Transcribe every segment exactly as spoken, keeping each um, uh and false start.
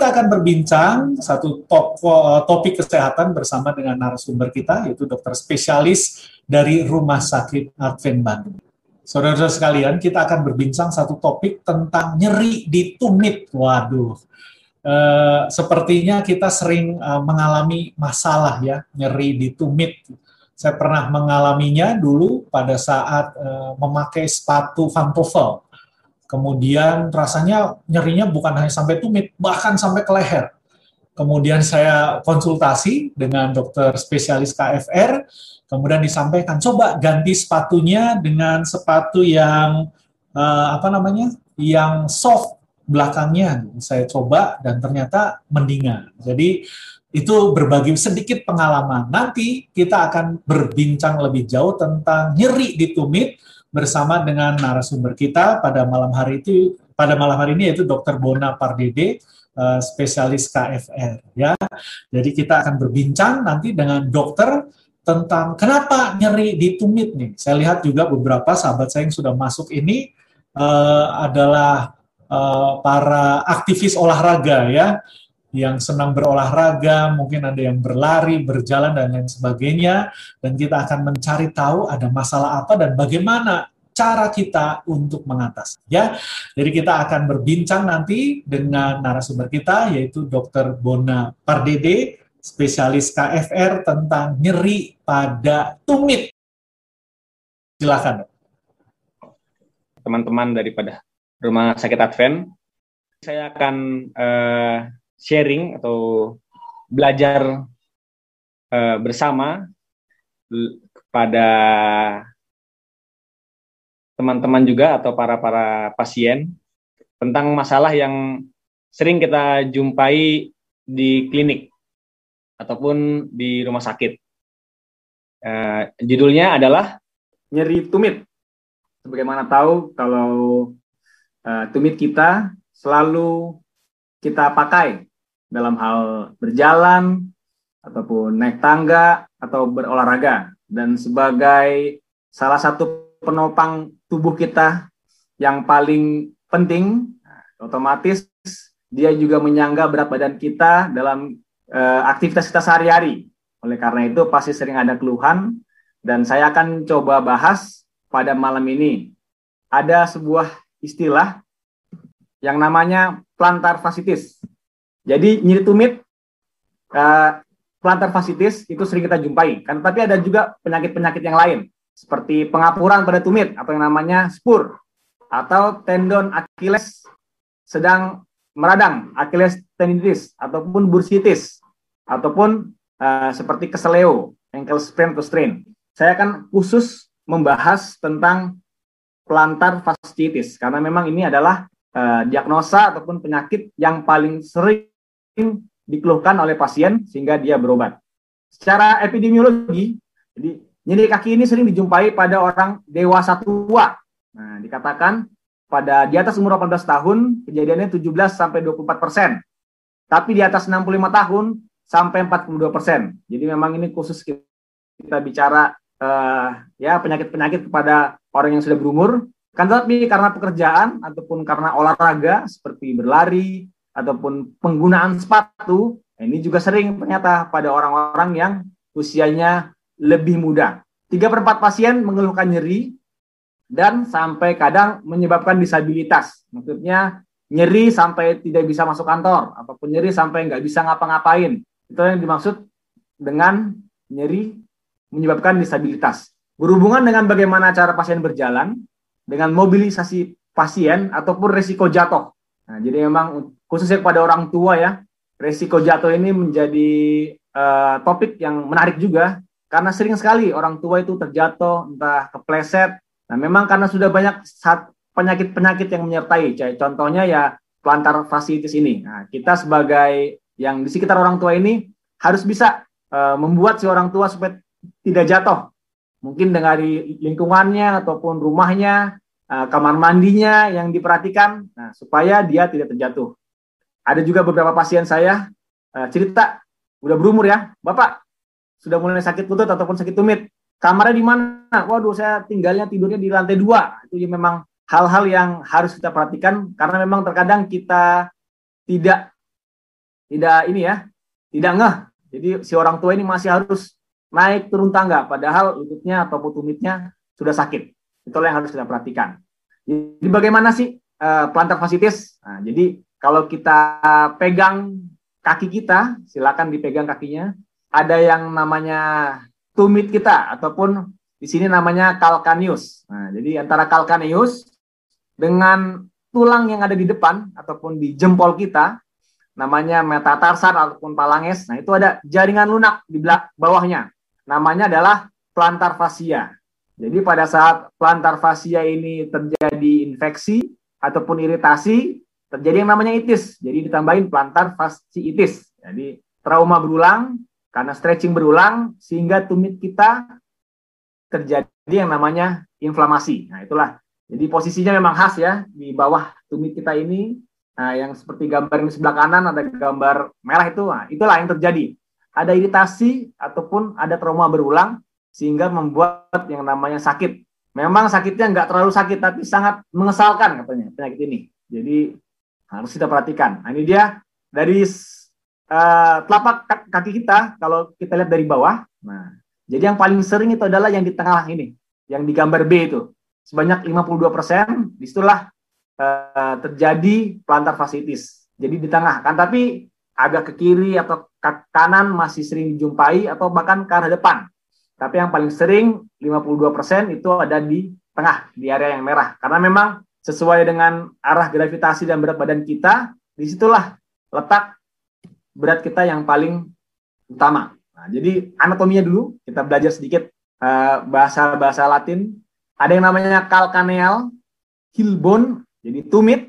kita akan berbincang satu toko, topik kesehatan bersama dengan narasumber kita, yaitu dokter spesialis dari Rumah Sakit Advent Bandung. Saudara-saudara sekalian, kita akan berbincang satu topik tentang nyeri di tumit. Waduh, eh, sepertinya kita sering eh, mengalami masalah ya, nyeri di tumit. Saya pernah mengalaminya dulu pada saat eh, memakai sepatu pantofel. Kemudian rasanya nyerinya bukan hanya sampai tumit, bahkan sampai ke leher. Kemudian saya konsultasi dengan dokter spesialis K F R, kemudian disampaikan, coba ganti sepatunya dengan sepatu yang, eh, apa namanya, yang soft belakangnya. Saya coba dan ternyata mendingan. Jadi itu berbagi sedikit pengalaman. Nanti kita akan berbincang lebih jauh tentang nyeri di tumit, bersama dengan narasumber kita pada malam hari itu pada malam hari ini, yaitu dokter Bona Pardede, uh, spesialis K F R ya. Jadi kita akan berbincang nanti dengan dokter tentang kenapa nyeri di tumit nih. Saya lihat juga beberapa sahabat saya yang sudah masuk ini uh, adalah uh, para aktivis olahraga ya, yang senang berolahraga, mungkin ada yang berlari, berjalan, dan lain sebagainya. Dan kita akan mencari tahu ada masalah apa dan bagaimana cara kita untuk mengatasi. Ya, jadi kita akan berbincang nanti dengan narasumber kita, yaitu dokter Bona Pardede, spesialis K F R, tentang nyeri pada tumit. Silakan. Teman-teman daripada Rumah Sakit Advent, saya akan uh, sharing atau belajar uh, bersama kepada teman-teman juga atau para-para pasien tentang masalah yang sering kita jumpai di klinik ataupun di rumah sakit. Uh, judulnya adalah nyeri tumit. Sebagaimana tahu kalau uh, tumit kita selalu kita pakai dalam hal berjalan, ataupun naik tangga, atau berolahraga. Dan sebagai salah satu penopang tubuh kita yang paling penting, otomatis dia juga menyangga berat badan kita dalam uh, aktivitas kita sehari-hari. Oleh karena itu pasti sering ada keluhan, dan saya akan coba bahas pada malam ini. Ada sebuah istilah yang namanya plantar fasciitis. Jadi nyeri tumit, uh, plantar fasciitis itu sering kita jumpai. Kan, tapi ada juga penyakit-penyakit yang lain, seperti pengapuran pada tumit atau yang namanya spur, atau tendon Achilles sedang meradang, Achilles tendinitis, ataupun bursitis, ataupun uh, seperti keseleo, ankle sprain atau strain. Saya akan khusus membahas tentang plantar fasciitis karena memang ini adalah Uh, diagnosa ataupun penyakit yang paling sering dikeluhkan oleh pasien sehingga dia berobat. Secara epidemiologi, jadi nyeri kaki ini sering dijumpai pada orang dewasa tua. Nah, dikatakan pada di atas umur delapan belas tahun kejadiannya tujuh belas sampai dua puluh empat persen. Tapi di atas enam puluh lima tahun sampai empat puluh dua persen. Jadi memang ini khusus kita, kita bicara uh, ya penyakit-penyakit kepada orang yang sudah berumur. Kan tapi karena pekerjaan ataupun karena olahraga seperti berlari ataupun penggunaan sepatu, ini juga sering ternyata pada orang-orang yang usianya lebih muda. tiga per empat pasien mengeluhkan nyeri dan sampai kadang menyebabkan disabilitas. Maksudnya nyeri sampai tidak bisa masuk kantor, ataupun nyeri sampai nggak bisa ngapa-ngapain. Itu yang dimaksud dengan nyeri menyebabkan disabilitas. Berhubungan dengan bagaimana cara pasien berjalan, dengan mobilisasi pasien ataupun resiko jatuh. Nah, jadi memang khususnya kepada orang tua ya, resiko jatuh ini menjadi uh, topik yang menarik juga karena sering sekali orang tua itu terjatuh, entah kepleset. Nah, memang karena sudah banyak penyakit-penyakit yang menyertai, contohnya ya plantar fasciitis ini. Nah, kita sebagai yang di sekitar orang tua ini harus bisa uh, membuat si orang tua supaya tidak jatuh. Mungkin dari lingkungannya ataupun rumahnya, kamar mandinya yang diperhatikan, nah, supaya dia tidak terjatuh. Ada juga beberapa pasien saya cerita, udah berumur ya, Bapak sudah mulai sakit lutut ataupun sakit tumit, kamarnya di mana? Waduh, saya tinggalnya tidurnya di lantai dua. Itu memang hal-hal yang harus kita perhatikan karena memang terkadang kita tidak tidak ini ya, tidak ngeh. Jadi si orang tua ini masih harus naik turun tangga, padahal lututnya atau tumitnya sudah sakit. Itulah yang harus kita perhatikan. Jadi bagaimana sih uh, plantar fasciitis? Nah, jadi kalau kita pegang kaki kita, silakan dipegang kakinya. Ada yang namanya tumit kita ataupun di sini namanya calcaneus. Nah, jadi antara calcaneus dengan tulang yang ada di depan ataupun di jempol kita, namanya metatarsal ataupun phalanges. Nah, itu ada jaringan lunak di bawahnya. Namanya adalah plantar fascia. Jadi pada saat plantar fascia ini terjadi infeksi ataupun iritasi, terjadi yang namanya itis. Jadi ditambahin plantar fasciitis. Jadi trauma berulang karena stretching berulang sehingga tumit kita terjadi yang namanya inflamasi. Nah, itulah. Jadi posisinya memang khas ya, di bawah tumit kita ini. Nah, yang seperti gambar di sebelah kanan ada gambar merah itu. Nah, itulah yang terjadi. Ada iritasi ataupun ada trauma berulang sehingga membuat yang namanya sakit. Memang sakitnya nggak terlalu sakit, tapi sangat mengesalkan katanya penyakit ini. Jadi harus kita perhatikan. Nah, ini dia dari uh, telapak kaki kita, kalau kita lihat dari bawah. Nah, jadi yang paling sering itu adalah yang di tengah ini, yang di gambar B itu. Sebanyak lima puluh dua persen, disitulah uh, terjadi plantar fasciitis. Jadi di tengah, kan tapi agak ke kiri atau ke kanan masih sering dijumpai atau bahkan ke arah depan. Tapi yang paling sering lima puluh dua persen itu ada di tengah, di area yang merah. Karena memang sesuai dengan arah gravitasi dan berat badan kita, disitulah letak berat kita yang paling utama. Nah, jadi anatominya dulu, kita belajar sedikit uh, bahasa-bahasa Latin. Ada yang namanya calcaneal, heel bone, jadi tumit.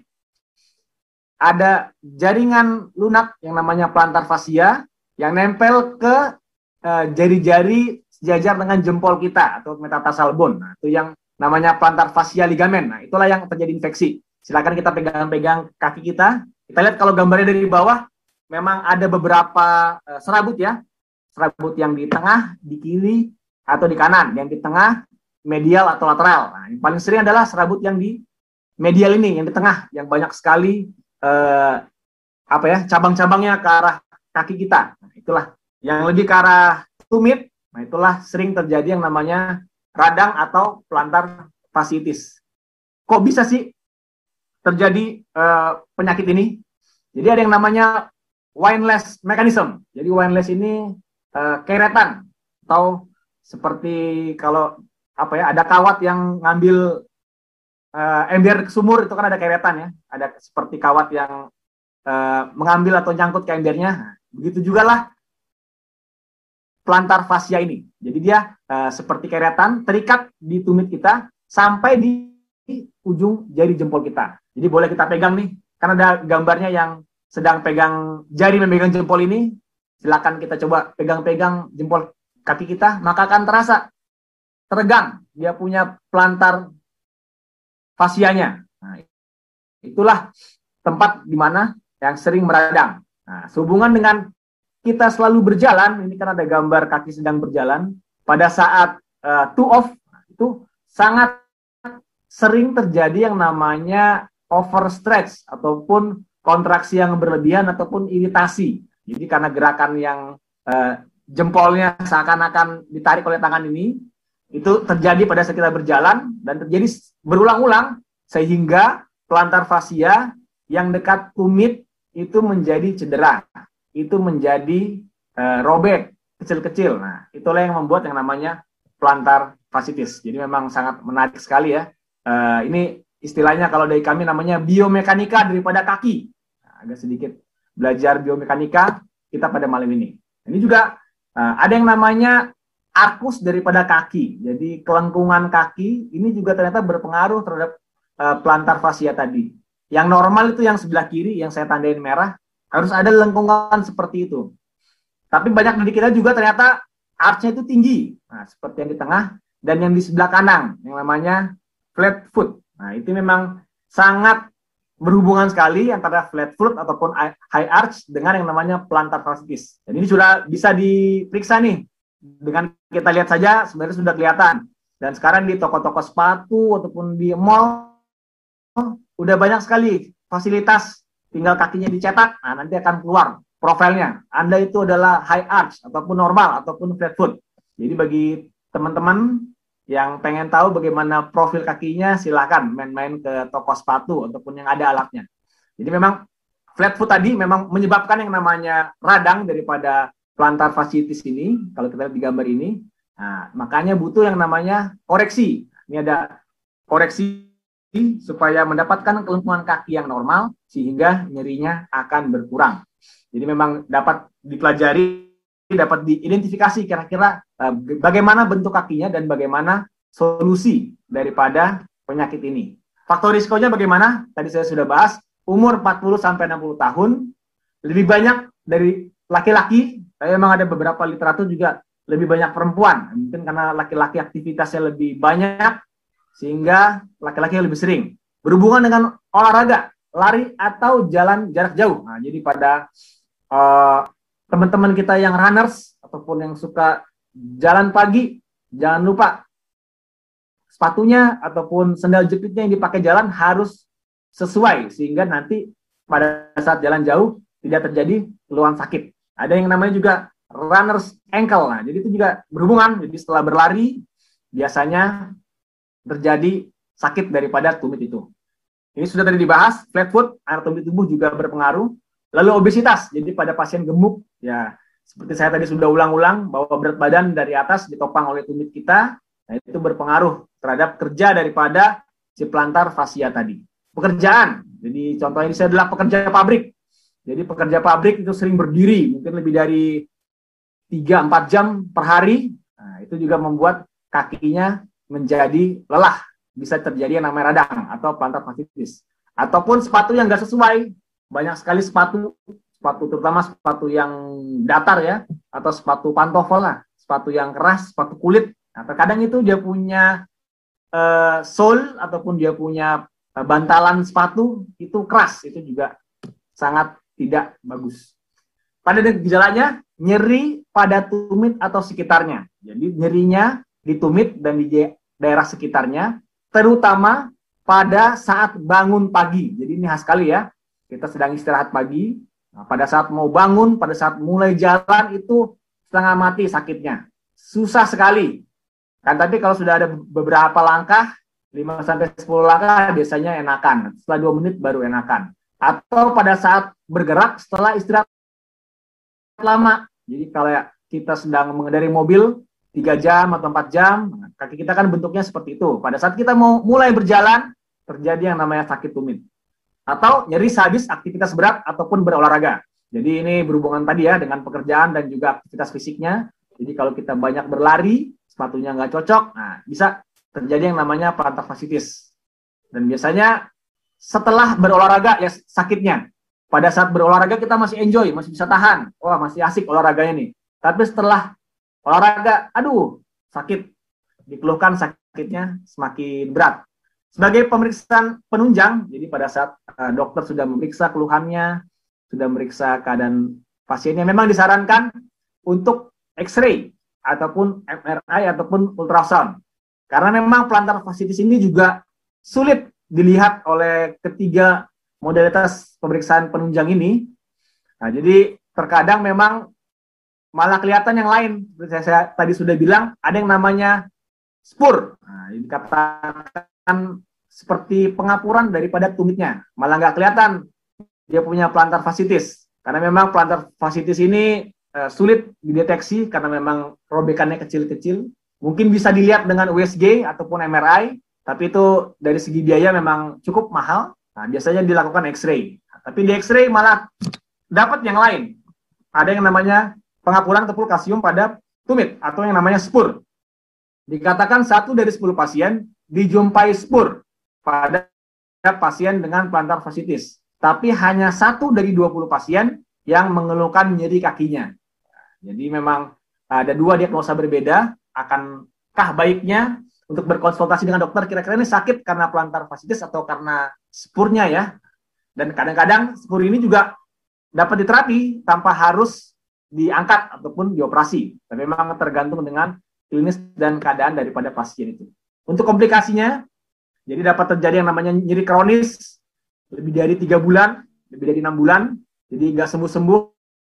Ada jaringan lunak yang namanya plantar fascia, yang nempel ke uh, jari-jari sejajar dengan jempol kita, atau metatarsal bone. Nah, itu yang namanya plantar fascia ligamen. Nah, itulah yang terjadi infeksi. Silakan kita pegang-pegang kaki kita. Kita lihat kalau gambarnya dari bawah, memang ada beberapa uh, serabut ya. Serabut yang di tengah, di kiri, atau di kanan. Yang di tengah, medial atau lateral. Nah, yang paling sering adalah serabut yang di medial ini, yang di tengah, yang banyak sekali uh, apa ya cabang-cabangnya ke arah kaki kita. Nah, itulah yang lebih ke arah tumit. Nah, itulah sering terjadi yang namanya radang atau plantar fasciitis. Kok bisa sih terjadi uh, penyakit ini? Jadi ada yang namanya Windlass mechanism. Jadi Windlass ini uh, keretan atau seperti kalau apa ya ada kawat yang ngambil uh, ember ke sumur, itu kan ada keretan ya. Ada seperti kawat yang uh, mengambil atau nyangkut ke embernya. Nah, begitu juga lah plantar fascia ini. Jadi dia uh, seperti keretan terikat di tumit kita sampai di ujung jari jempol kita. Jadi boleh kita pegang nih, karena ada gambarnya yang sedang pegang jari memegang jempol ini. Silakan kita coba pegang-pegang jempol kaki kita, maka akan terasa teregang. Dia punya plantar fascianya. Nah, itulah tempat di mana yang sering meradang. Nah, sehubungan dengan kita selalu berjalan, ini kan ada gambar kaki sedang berjalan, pada saat uh, two off, itu sangat sering terjadi yang namanya overstretch, ataupun kontraksi yang berlebihan, ataupun iritasi. Jadi karena gerakan yang uh, jempolnya seakan-akan ditarik oleh tangan ini, itu terjadi pada saat kita berjalan, dan terjadi berulang-ulang, sehingga plantar fascia yang dekat tumit itu menjadi cedera. Itu menjadi uh, robek kecil-kecil. Nah, itulah yang membuat yang namanya plantar fasciitis. Jadi memang sangat menarik sekali ya. Uh, ini istilahnya kalau dari kami namanya biomekanika daripada kaki. Nah, agak sedikit belajar biomekanika kita pada malam ini. Ini juga uh, ada yang namanya arkus daripada kaki. Jadi kelengkungan kaki ini juga ternyata berpengaruh terhadap uh, plantar fascia tadi. Yang normal itu yang sebelah kiri, yang saya tandain merah, harus ada lengkungan seperti itu. Tapi banyak dari kita juga ternyata arch-nya itu tinggi. Nah, seperti yang di tengah dan yang di sebelah kanan, yang namanya flat foot. Nah, itu memang sangat berhubungan sekali antara flat foot ataupun high arch dengan yang namanya plantar fasciitis. Dan ini sudah bisa diperiksa nih. Dengan kita lihat saja sebenarnya sudah kelihatan. Dan sekarang di toko-toko sepatu ataupun di mall udah banyak sekali fasilitas. Tinggal kakinya dicetak, nah nanti akan keluar profilnya. Anda itu adalah high arch, ataupun normal, ataupun flat foot. Jadi bagi teman-teman yang pengen tahu bagaimana profil kakinya, silakan main-main ke toko sepatu, ataupun yang ada alatnya. Jadi memang flat foot tadi memang menyebabkan yang namanya radang daripada plantar fasciitis ini, kalau kita lihat di gambar ini. Nah, makanya butuh yang namanya koreksi. Ini ada koreksi supaya mendapatkan kelumpuhan kaki yang normal, sehingga nyerinya akan berkurang. Jadi memang dapat dipelajari, dapat diidentifikasi kira-kira uh, bagaimana bentuk kakinya dan bagaimana solusi daripada penyakit ini. Faktor risikonya bagaimana? Tadi saya sudah bahas, umur empat puluh sampai enam puluh tahun, lebih banyak dari laki-laki, tapi memang ada beberapa literatur juga lebih banyak perempuan. Mungkin karena laki-laki aktivitasnya lebih banyak, sehingga laki-laki lebih sering berhubungan dengan olahraga, lari atau jalan jarak jauh. Nah, jadi pada uh, teman-teman kita yang runners ataupun yang suka jalan pagi, jangan lupa sepatunya ataupun sandal jepitnya yang dipakai jalan harus sesuai, sehingga nanti pada saat jalan jauh tidak terjadi keluhan sakit. Ada yang namanya juga runner's ankle. Nah, jadi itu juga berhubungan. Jadi setelah berlari biasanya terjadi sakit daripada tumit itu. Ini sudah tadi dibahas, flat foot, anatomi tubuh juga berpengaruh. Lalu obesitas, jadi pada pasien gemuk, ya seperti saya tadi sudah ulang-ulang, bahwa berat badan dari atas ditopang oleh tumit kita, nah itu berpengaruh terhadap kerja daripada si plantar fascia tadi. Pekerjaan, jadi contohnya ini saya adalah pekerja pabrik. Jadi pekerja pabrik itu sering berdiri, mungkin lebih dari tiga sampai empat jam per hari, nah, itu juga membuat kakinya menjadi lelah, bisa terjadi yang namanya radang atau plantar fasciitis. Ataupun sepatu yang nggak sesuai, banyak sekali sepatu, sepatu terutama sepatu yang datar ya, atau sepatu pantofel lah, sepatu yang keras, sepatu kulit. Nah, terkadang itu dia punya uh, sole ataupun dia punya uh, bantalan sepatu itu keras, itu juga sangat tidak bagus. Pada gejalanya, nyeri pada tumit atau sekitarnya. Jadi nyerinya di tumit dan di daerah sekitarnya, terutama pada saat bangun pagi. Jadi ini khas sekali ya, kita sedang istirahat pagi, nah, pada saat mau bangun, pada saat mulai jalan itu setengah mati sakitnya. Susah sekali. Kan tapi kalau sudah ada beberapa langkah, lima sampai sepuluh langkah biasanya enakan. Setelah dua menit baru enakan. Atau pada saat bergerak setelah istirahat lama. Jadi kalau kita sedang mengendarai mobil, tiga jam atau empat jam, kaki kita kan bentuknya seperti itu. Pada saat kita mau mulai berjalan, terjadi yang namanya sakit tumit. Atau nyeri sehabis aktivitas berat ataupun berolahraga. Jadi ini berhubungan tadi ya dengan pekerjaan dan juga aktivitas fisiknya. Jadi kalau kita banyak berlari, sepatunya nggak cocok, nah bisa terjadi yang namanya plantar fasciitis. Dan biasanya setelah berolahraga ya sakitnya. Pada saat berolahraga kita masih enjoy, masih bisa tahan. Wah, masih asik olahraganya nih. Tapi setelah olahraga, aduh, sakit. Dikeluhkan sakitnya semakin berat. Sebagai pemeriksaan penunjang, jadi pada saat uh, dokter sudah memeriksa keluhannya, sudah memeriksa keadaan pasiennya, memang disarankan untuk X-ray ataupun M R I ataupun ultrasound. Karena memang plantar fasciitis ini juga sulit dilihat oleh ketiga modalitas pemeriksaan penunjang ini. Nah, jadi terkadang memang malah kelihatan yang lain. Saya, saya tadi sudah bilang, ada yang namanya spur. Nah, dikatakan seperti pengapuran daripada tumitnya. Malah nggak kelihatan dia punya plantar fasciitis. Karena memang plantar fasciitis ini uh, sulit dideteksi karena memang robekannya kecil-kecil. Mungkin bisa dilihat dengan U S G ataupun M R I, tapi itu dari segi biaya memang cukup mahal. Nah, biasanya dilakukan X-ray. Nah, tapi di X-ray malah dapat yang lain. Ada yang namanya pengapuran tepul kalsium pada tumit atau yang namanya spur. Dikatakan satu dari sepuluh pasien dijumpai spur pada pasien dengan plantar fasciitis. Tapi hanya satu dari dua puluh pasien yang mengeluhkan nyeri kakinya. Jadi memang ada dua diagnosa berbeda. Akankah baiknya untuk berkonsultasi dengan dokter, kira-kira ini sakit karena plantar fasciitis atau karena spurnya ya. Dan kadang-kadang spur ini juga dapat diterapi tanpa harus diangkat ataupun dioperasi. Tapi memang tergantung dengan klinis dan keadaan daripada pasien itu. Untuk komplikasinya, jadi dapat terjadi yang namanya nyeri kronis lebih dari tiga bulan, lebih dari enam bulan, jadi nggak sembuh-sembuh,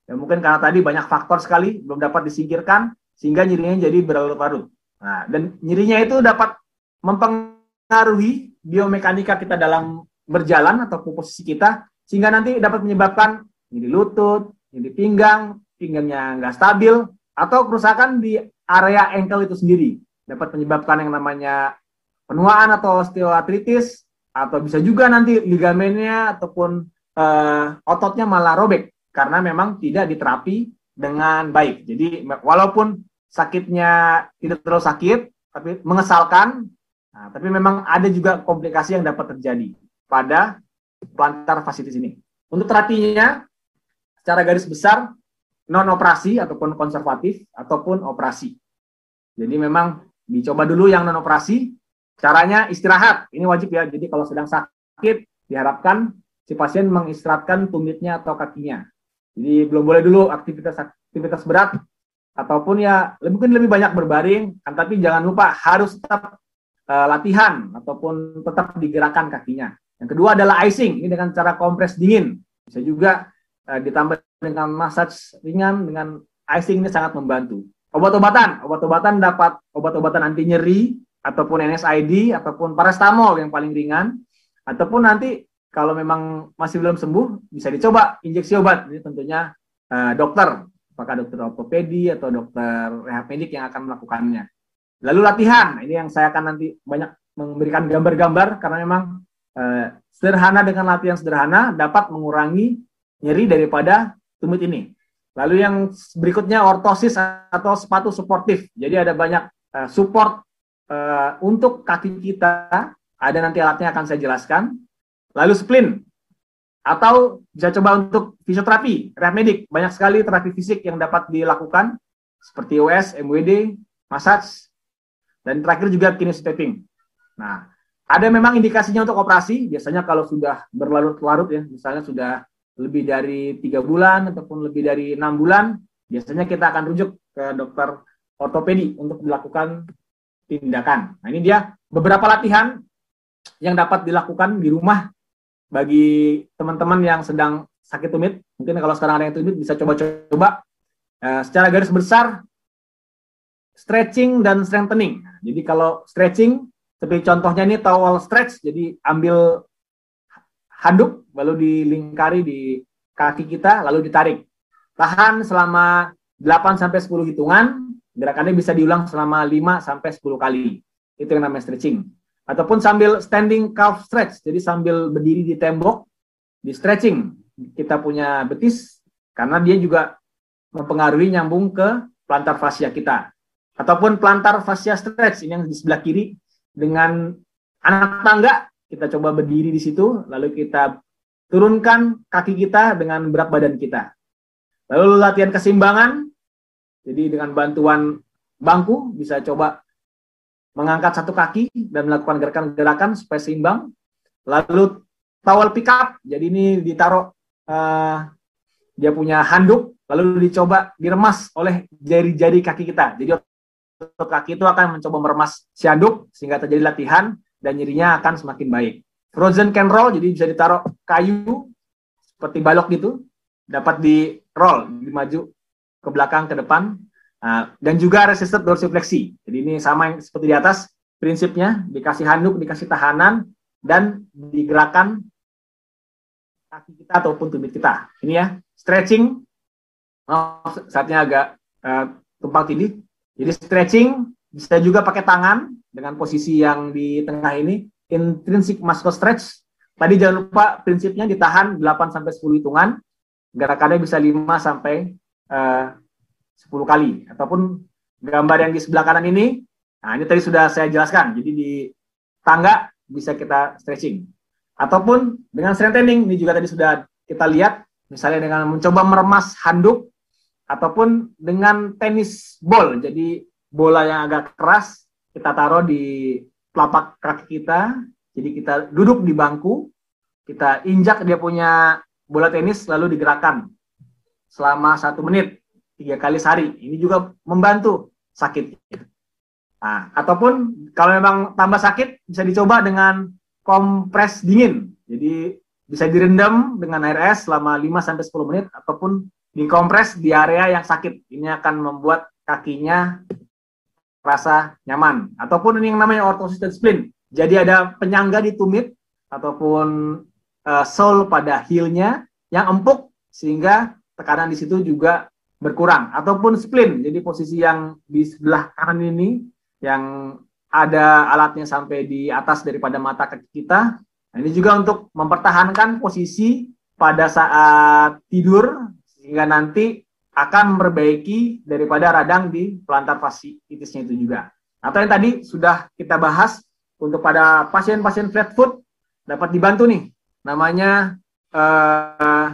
Ya mungkin karena tadi banyak faktor sekali belum dapat disingkirkan sehingga nyerinya jadi berlarut-larut. Nah, dan nyerinya itu dapat mempengaruhi biomekanika kita dalam berjalan atau posisi kita sehingga nanti dapat menyebabkan nyeri lutut, nyeri pinggang, pinggangnya nggak stabil, atau kerusakan di area ankle itu sendiri. Dapat menyebabkan yang namanya penuaan atau osteoartritis, atau bisa juga nanti ligamennya ataupun uh, ototnya malah robek karena memang tidak diterapi dengan baik. Jadi walaupun sakitnya tidak terlalu sakit, tapi mengesalkan, nah, tapi memang ada juga komplikasi yang dapat terjadi pada plantar fasciitis ini. Untuk terapinya, secara garis besar, non-operasi ataupun konservatif, ataupun operasi. Jadi memang dicoba dulu yang non-operasi, caranya istirahat. Ini wajib ya, jadi kalau sedang sakit, diharapkan si pasien mengistirahatkan tumitnya atau kakinya. Jadi belum boleh dulu aktivitas-aktivitas berat, ataupun ya mungkin lebih banyak berbaring, kan, tapi jangan lupa harus tetap uh, latihan, ataupun tetap digerakkan kakinya. Yang kedua adalah icing, ini dengan cara kompres dingin. Bisa juga uh, ditambah dengan massage ringan, dengan icing ini sangat membantu. Obat-obatan, obat-obatan dapat obat-obatan anti nyeri, ataupun N S A I D, ataupun paracetamol yang paling ringan, ataupun nanti kalau memang masih belum sembuh, bisa dicoba injeksi obat. Ini tentunya uh, dokter, apakah dokter ortopedi atau dokter rehab medik yang akan melakukannya. Lalu latihan, ini yang saya akan nanti banyak memberikan gambar-gambar, karena memang uh, sederhana dengan latihan sederhana dapat mengurangi nyeri daripada tumit ini. Lalu yang berikutnya ortosis atau sepatu suportif. Jadi ada banyak uh, support uh, untuk kaki kita, ada nanti alatnya akan saya jelaskan. Lalu splint, atau bisa coba untuk fisioterapi, rehab medik. Banyak sekali terapi fisik yang dapat dilakukan, seperti O S, M W D, massage, dan terakhir juga kinesiotaping. Nah, ada memang indikasinya untuk operasi, biasanya kalau sudah berlarut-larut ya, misalnya sudah lebih dari tiga bulan, ataupun lebih dari enam bulan, biasanya kita akan rujuk ke dokter ortopedi untuk dilakukan tindakan. Nah, ini dia beberapa latihan yang dapat dilakukan di rumah bagi teman-teman yang sedang sakit tumit. Mungkin kalau sekarang ada yang tumit bisa coba-coba. Uh, secara garis besar, stretching dan strengthening. Jadi kalau stretching, seperti contohnya ini towel stretch, jadi ambil handuk, lalu dilingkari di kaki kita, lalu ditarik. Tahan selama delapan sampai sepuluh hitungan, gerakannya bisa diulang selama lima sampai sepuluh kali. Itu yang namanya stretching. Ataupun sambil standing calf stretch, jadi sambil berdiri di tembok, di stretching kita punya betis, karena dia juga mempengaruhi nyambung ke plantar fascia kita. Ataupun plantar fascia stretch, ini yang di sebelah kiri, dengan anak tangga, kita coba berdiri di situ, lalu kita turunkan kaki kita dengan berat badan kita. Lalu latihan keseimbangan, jadi dengan bantuan bangku, bisa coba mengangkat satu kaki dan melakukan gerakan-gerakan supaya seimbang. Lalu towel pick up, jadi ini ditaruh, uh, dia punya handuk, lalu dicoba diremas oleh jari-jari kaki kita. Jadi otot kaki itu akan mencoba meremas si handuk sehingga terjadi latihan dan nyerinya akan semakin baik. Frozen can roll, jadi bisa ditaruh kayu seperti balok gitu, dapat di roll, dimaju ke belakang, ke depan. Nah, dan juga resisted dorsifleksi. Jadi ini sama yang seperti di atas, prinsipnya dikasih handuk, dikasih tahanan, dan digerakkan kaki kita ataupun tumit kita. Ini ya, stretching. Oh, saatnya agak uh, tumpang tindih. Jadi stretching bisa juga pakai tangan dengan posisi yang di tengah ini, intrinsic muscle stretch. Tadi jangan lupa prinsipnya ditahan delapan sampai sepuluh hitungan. Gerakannya bisa lima sampai sepuluh kali, ataupun gambar yang di sebelah kanan ini, nah ini tadi sudah saya jelaskan, jadi di tangga bisa kita stretching, ataupun dengan strengthening, ini juga tadi sudah kita lihat, misalnya dengan mencoba meremas handuk, ataupun dengan tenis ball, jadi bola yang agak keras, kita taruh di telapak kaki kita, jadi kita duduk di bangku, kita injak dia punya bola tenis, lalu digerakkan selama satu menit, tiga kali sehari. Ini juga membantu sakit. Nah, ataupun kalau memang tambah sakit, bisa dicoba dengan kompres dingin. Jadi bisa direndam dengan air es selama lima sampai sepuluh menit, ataupun dikompres di area yang sakit. Ini akan membuat kakinya rasa nyaman. Ataupun ini yang namanya ortosis dan splint. Jadi ada penyangga di tumit ataupun uh, sole pada heel-nya yang empuk sehingga tekanan di situ juga berkurang. Ataupun splint, jadi posisi yang di sebelah kanan ini yang ada alatnya sampai di atas daripada mata kaki kita. Nah, ini juga untuk mempertahankan posisi pada saat tidur sehingga nanti akan memperbaiki daripada radang di plantar fasciitisnya itu juga. Atau yang tadi sudah kita bahas untuk pada pasien-pasien flat foot dapat dibantu nih, namanya uh,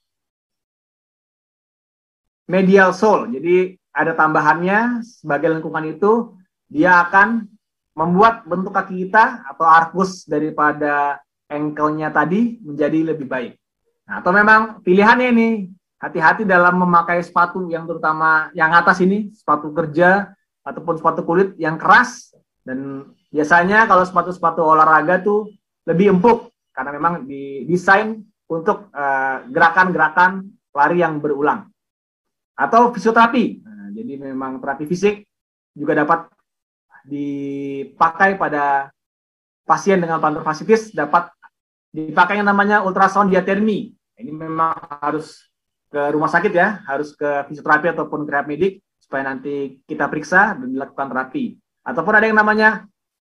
medial sole. Jadi ada tambahannya sebagai lengkungan itu dia akan membuat bentuk kaki kita atau arkus daripada ankle-nya tadi menjadi lebih baik. Nah, atau memang pilihannya ini hati-hati dalam memakai sepatu yang terutama yang atas ini, sepatu kerja ataupun sepatu kulit yang keras, dan biasanya kalau sepatu-sepatu olahraga tuh lebih empuk karena memang didesain untuk uh, gerakan-gerakan lari yang berulang. Atau fisioterapi. Nah, jadi memang terapi fisik juga dapat dipakai pada pasien dengan plantar fasciitis, dapat dipakai yang namanya ultrasound diatermi. Ini memang harus ke rumah sakit ya, harus ke fisioterapi ataupun ke medik supaya nanti kita periksa dan dilakukan terapi. Ataupun ada yang namanya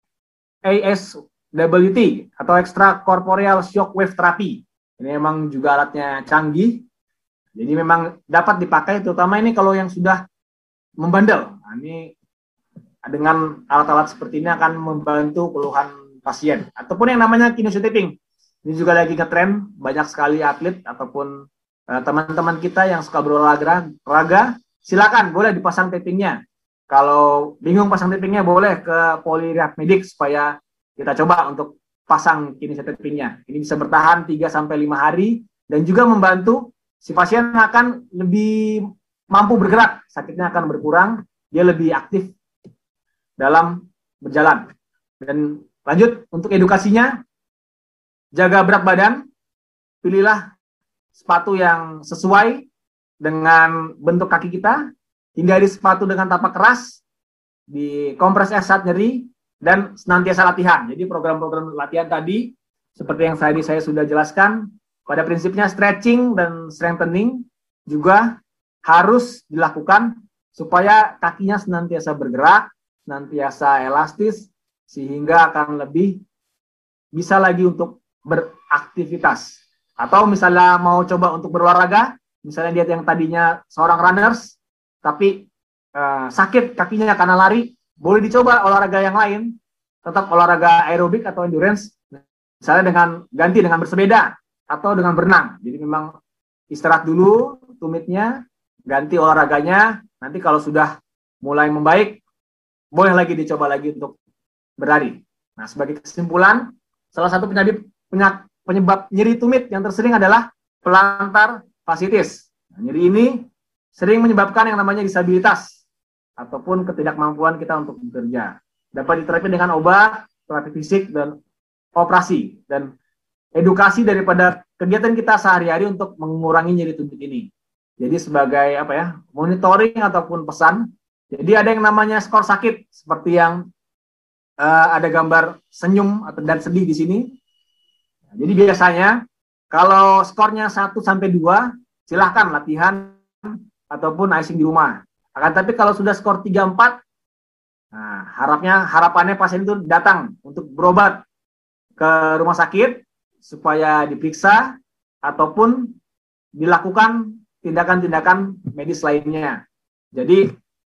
A S W T atau extracorporeal shock wave therapy. Ini memang juga alatnya canggih. Jadi memang dapat dipakai terutama ini kalau yang sudah membandel. Nah, ini dengan alat-alat seperti ini akan membantu keluhan pasien. Ataupun yang namanya kinesiotaping. Ini juga lagi ngetren, banyak sekali atlet ataupun uh, teman-teman kita yang suka berolahraga, raga, silakan boleh dipasang tapingnya. Kalau bingung pasang tapingnya boleh ke poli rehab medik supaya kita coba untuk pasang kinesiotapingnya. Ini bisa bertahan tiga sampai lima hari dan juga membantu si pasien akan lebih mampu bergerak, sakitnya akan berkurang, dia lebih aktif dalam berjalan. Dan lanjut untuk edukasinya, jaga berat badan, pilihlah sepatu yang sesuai dengan bentuk kaki kita, hindari sepatu dengan tapak keras, dikompres es saat nyeri, dan senantiasa latihan. Jadi program-program latihan tadi, seperti yang tadi saya sudah jelaskan, pada prinsipnya stretching dan strengthening juga harus dilakukan supaya kakinya senantiasa bergerak, senantiasa elastis, sehingga akan lebih bisa lagi untuk beraktivitas. Atau misalnya mau coba untuk berolahraga, misalnya dia yang tadinya seorang runners, tapi uh, sakit kakinya karena lari, boleh dicoba olahraga yang lain, tetap olahraga aerobik atau endurance, misalnya dengan ganti dengan bersepeda atau dengan berenang. Jadi memang istirahat dulu tumitnya, ganti olahraganya, nanti kalau sudah mulai membaik, boleh lagi dicoba lagi untuk berlari. Nah, sebagai kesimpulan, salah satu penyebab, penyebab nyeri tumit yang tersering adalah plantar fasciitis. Nah, nyeri ini sering menyebabkan yang namanya disabilitas ataupun ketidakmampuan kita untuk bekerja. Dapat diterapi dengan obat, terapi fisik, dan operasi. Dan edukasi daripada kegiatan kita sehari-hari untuk mengurangi nyeri tumit ini. Jadi sebagai apa ya, monitoring ataupun pesan. Jadi ada yang namanya skor sakit, seperti yang uh, ada gambar senyum atau dan sedih di sini. Jadi biasanya kalau skornya satu sampai dua, silahkan latihan ataupun icing di rumah. Akan tapi kalau sudah skor tiga empat, nah, harapnya harapannya pasien itu datang untuk berobat ke rumah sakit supaya diperiksa ataupun dilakukan tindakan-tindakan medis lainnya. Jadi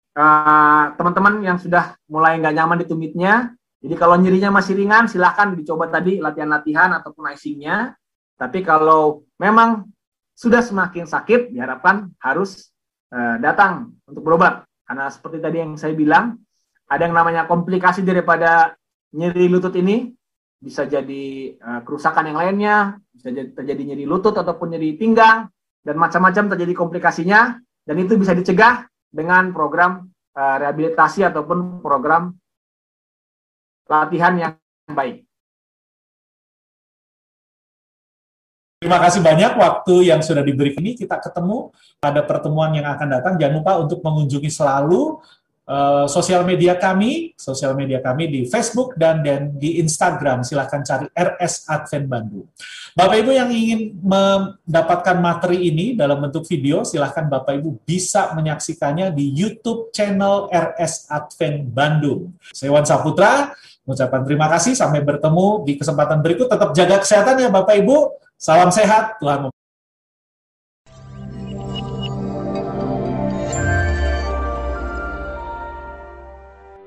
uh, teman-teman yang sudah mulai nggak nyaman di tumitnya, jadi kalau nyerinya masih ringan, silahkan dicoba tadi latihan-latihan ataupun icing-nya. Tapi kalau memang sudah semakin sakit, diharapkan harus uh, datang untuk berobat. Karena seperti tadi yang saya bilang, ada yang namanya komplikasi daripada nyeri lutut ini, bisa jadi uh, kerusakan yang lainnya, bisa jadi, terjadi nyeri lutut ataupun nyeri pinggang, dan macam-macam terjadi komplikasinya, dan itu bisa dicegah dengan program uh, rehabilitasi ataupun program latihan yang baik. Terima kasih banyak waktu yang sudah diberikan ini. Kita ketemu pada pertemuan yang akan datang. Jangan lupa untuk mengunjungi selalu uh, sosial media kami, sosial media kami di Facebook dan, dan di Instagram. Silahkan cari R S Advent Bandung. Bapak Ibu yang ingin mendapatkan materi ini dalam bentuk video, silahkan Bapak Ibu bisa menyaksikannya di YouTube channel R S Advent Bandung. Saya Wan Saputra, mengucapkan terima kasih. Sampai bertemu di kesempatan berikut. Tetap jaga kesehatan ya Bapak Ibu. Salam sehat, Tuhan memberkati.